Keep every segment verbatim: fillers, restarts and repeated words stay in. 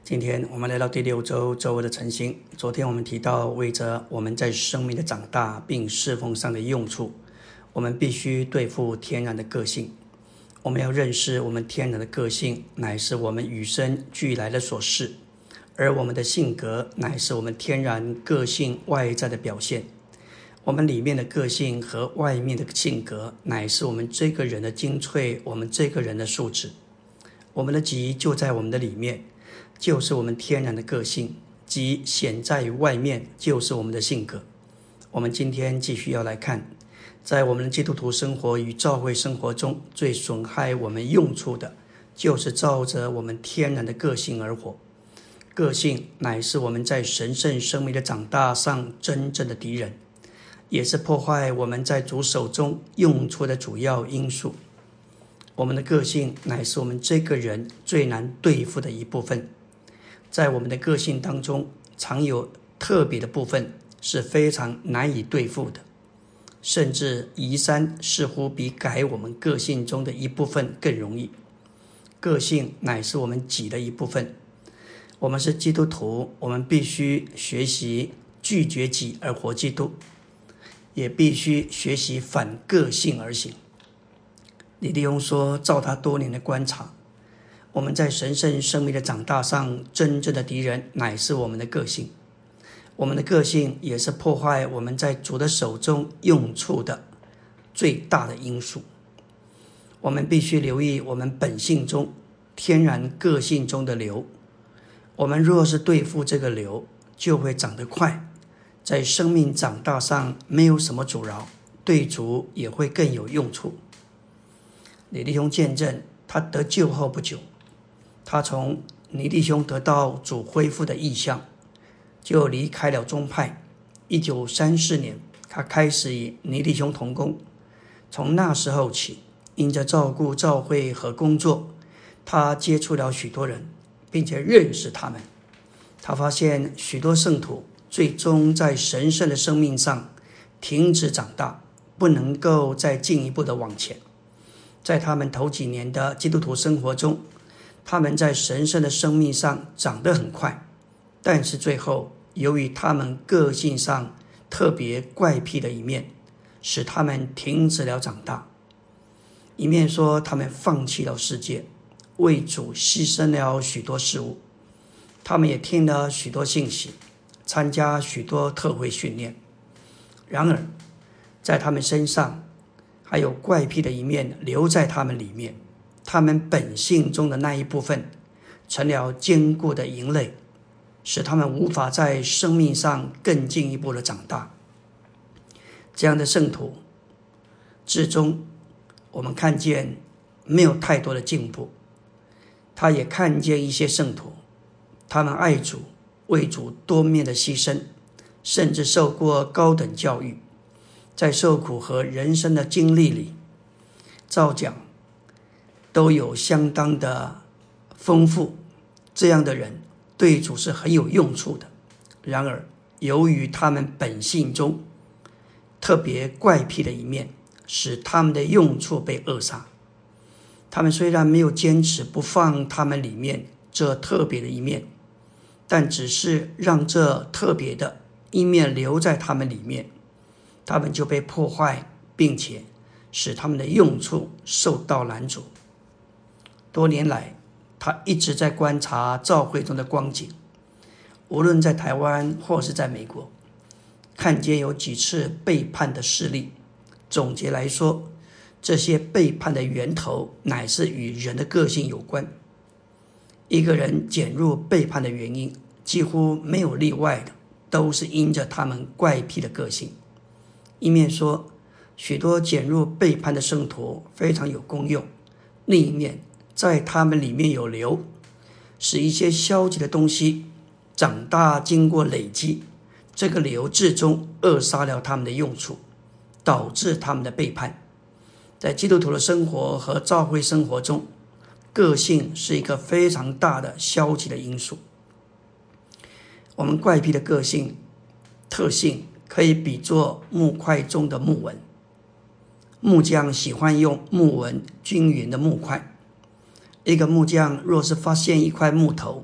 今天我们来到第六周周二的晨星。昨天我们提到，为着我们在生命的长大并侍奉上的用处，我们必须对付天然的个性。我们要认识我们天然的个性乃是我们与生俱来的所示，而我们的性格乃是我们天然个性外在的表现。我们里面的个性和外面的性格乃是我们这个人的精粹，我们这个人的素质。我们的极就在我们的里面，就是我们天然的个性，即显在于外面，就是我们的性格。我们今天继续要来看，在我们的基督徒生活与教会生活中，最损害我们用处的，就是照着我们天然的个性而活。个性乃是我们在神圣生命的长大上真正的敌人，也是破坏我们在主手中用处的主要因素。我们的个性乃是我们这个人最难对付的一部分。在我们的个性当中，常有特别的部分是非常难以对付的，甚至移山似乎比改我们个性中的一部分更容易。个性乃是我们己的一部分。我们是基督徒，我们必须学习拒绝己而活基督，也必须学习反个性而行。李弟兄说，照他多年的观察，我们在神圣生命的长大上，真正的敌人乃是我们的个性。我们的个性也是破坏我们在主的手中用处的最大的因素。我们必须留意我们本性中天然个性中的瘤。我们若是对付这个瘤，就会长得快，在生命长大上没有什么阻挠，对主也会更有用处。李弟兄见证，他得救后不久，他从尼弟兄得到主恢复的意象，就离开了宗派。一九三四年，他开始与尼弟兄同工。从那时候起，因着照顾教会和工作，他接触了许多人，并且认识他们。他发现许多圣徒最终在神圣的生命上停止长大，不能够再进一步的往前。在他们头几年的基督徒生活中，他们在神圣的生命上长得很快，但是最后由于他们个性上特别怪癖的一面，使他们停止了长大。一面说他们放弃了世界，为主牺牲了许多事物。他们也听了许多信息，参加许多特会训练。然而在他们身上还有怪癖的一面留在他们里面，他们本性中的那一部分成了坚固的营垒，使他们无法在生命上更进一步的长大。这样的圣徒至终我们看见没有太多的进步。他也看见一些圣徒，他们爱主，为主多面的牺牲，甚至受过高等教育，在受苦和人生的经历里，照讲都有相当的丰富。这样的人对主是很有用处的。然而由于他们本性中特别怪癖的一面，使他们的用处被扼杀。他们虽然没有坚持不放他们里面这特别的一面，但只是让这特别的一面留在他们里面，他们就被破坏，并且使他们的用处受到拦阻。多年来，他一直在观察教会中的光景，无论在台湾或是在美国，看见有几次背叛的事例。总结来说，这些背叛的源头乃是与人的个性有关。一个人减入背叛的原因，几乎没有例外的，都是因着他们怪癖的个性。一面说，许多减入背叛的圣徒非常有功用；另一面，在他们里面有瘤，使一些消极的东西长大，经过累积，这个瘤至终扼杀了他们的用处，导致他们的背叛。在基督徒的生活和教会生活中，个性是一个非常大的消极的因素。我们怪癖的个性特性可以比作木块中的木纹。木匠喜欢用木纹均匀的木块。一个木匠若是发现一块木头，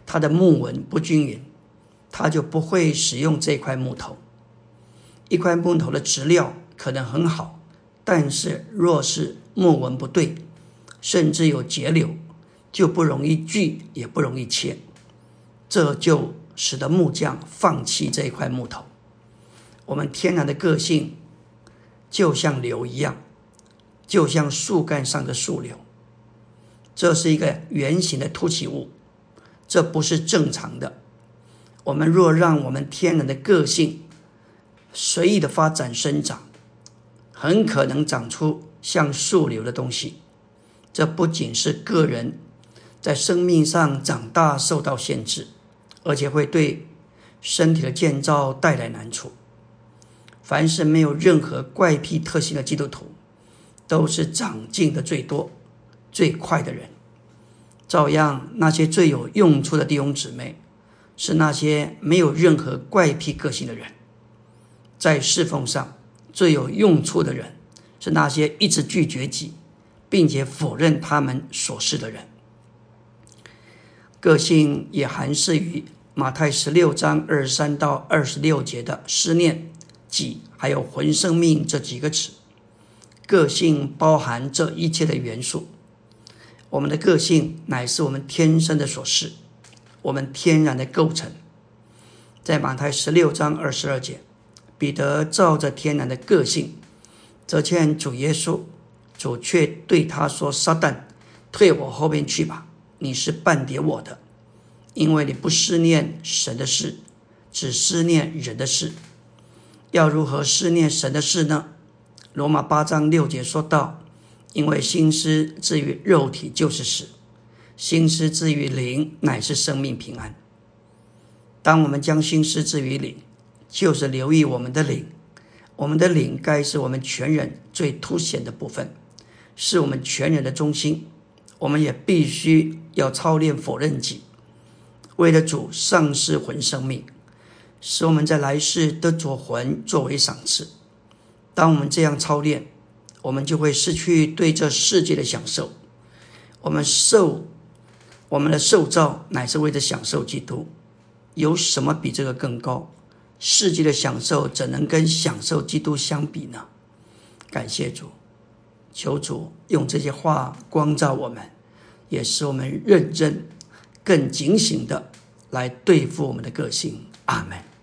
它的木纹不均匀，它就不会使用这块木头。一块木头的质料可能很好，但是若是木纹不对，甚至有节流，就不容易锯，也不容易切，这就使得木匠放弃这一块木头。我们天然的个性就像流一样，就像树干上的树瘤，这是一个圆形的凸起物，这不是正常的。我们若让我们天然的个性随意的发展生长，很可能长出像树瘤的东西。这不仅是个人在生命上长大受到限制，而且会对身体的建造带来难处。凡是没有任何怪癖特性的基督徒，都是长进的最多最快的人。照样，那些最有用处的弟兄姊妹，是那些没有任何怪癖个性的人。在侍奉上最有用处的人，是那些一直拒绝己，并且否认他们所是的人。个性也含释于马太十六章二十三到二十六节的思念、己还有魂生命这几个词。个性包含这一切的元素。我们的个性乃是我们天生的所是，我们天然的构成。在马太十六章二十二节，彼得照着天然的个性责劝主耶稣，主却对他说：撒旦，退我后边去吧，你是绊跌我的，因为你不思念神的事，只思念人的事。要如何思念神的事呢？罗马八章六节说到，因为心思至于肉体就是死，心思至于灵乃是生命平安。当我们将心思至于灵，就是留意我们的灵。我们的灵该是我们全人最凸显的部分，是我们全人的中心。我们也必须要操练否认己，为了主丧失魂生命，使我们在来世得着魂作为赏赐。当我们这样操练，我们就会失去对这世界的享受。我们受我们的受造乃是为了享受基督，有什么比这个更高？世界的享受怎能跟享受基督相比呢？感谢主，求主用这些话光照我们，也使我们认真更警醒的来对付我们的个性。阿们。